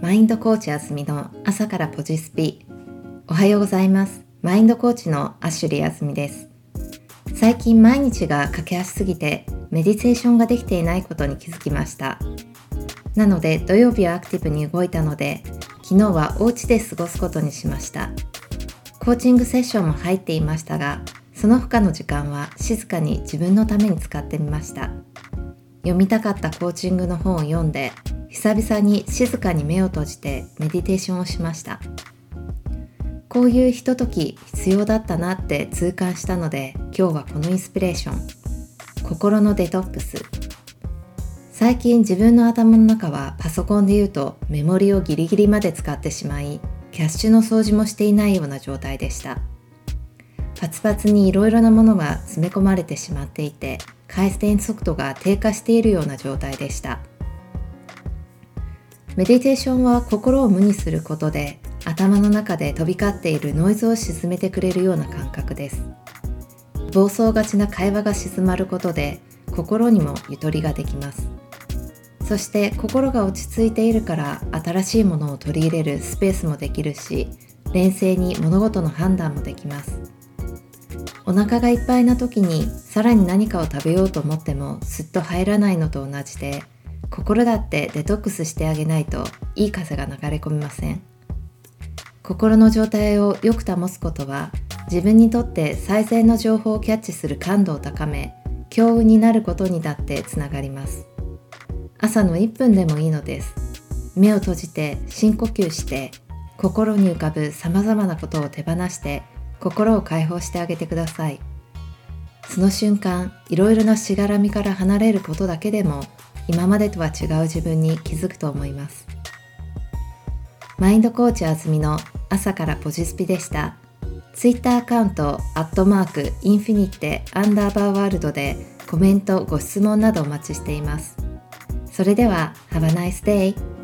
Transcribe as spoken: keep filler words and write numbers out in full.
マインドコーチあずみの朝からポジスピ。おはようございます。マインドコーチのアシュリーあずみです。最近毎日が駆け足すぎてメディテーションができていないことに気づきました。なので土曜日はアクティブに動いたので、昨日はお家で過ごすことにしました。コーチングセッションも入っていましたが、その他の時間は静かに自分のために使ってみました。読みたかったコーチングの本を読んで、久々に静かに目を閉じてメディテーションをしました。こういうひととき必要だったなって痛感したので、今日はこのインスピレーション、心のデトックス。最近自分の頭の中はパソコンで言うとメモリをギリギリまで使ってしまい、キャッシュの掃除もしていないような状態でした。パツパツにいろいろなものが詰め込まれてしまっていて、回転速度が低下しているような状態でした。メディテーションは心を無にすることで、頭の中で飛び交っているノイズを鎮めてくれるような感覚です。暴走がちな会話が静まることで、心にもゆとりができます。そして心が落ち着いているから新しいものを取り入れるスペースもできるし、冷静に物事の判断もできます。お腹がいっぱいな時にさらに何かを食べようと思ってもすっと入らないのと同じで、心だってデトックスしてあげないといい風が流れ込みません。心の状態をよく保つことは、自分にとって最善の情報をキャッチする感度を高め、強運になることにだってつながります。朝のいっぷんでもいいのです。目を閉じて深呼吸して、心に浮かぶさまざまなことを手放して心を解放してあげてください。その瞬間、いろいろなしがらみから離れることだけでも、今までとは違う自分に気づくと思います。マインドコーチあずみの朝からポジスピでした。ツイッターアカウントアットマークインフィニッテアンダーバーワールドでコメントご質問などお待ちしています。それでは Have a nice day!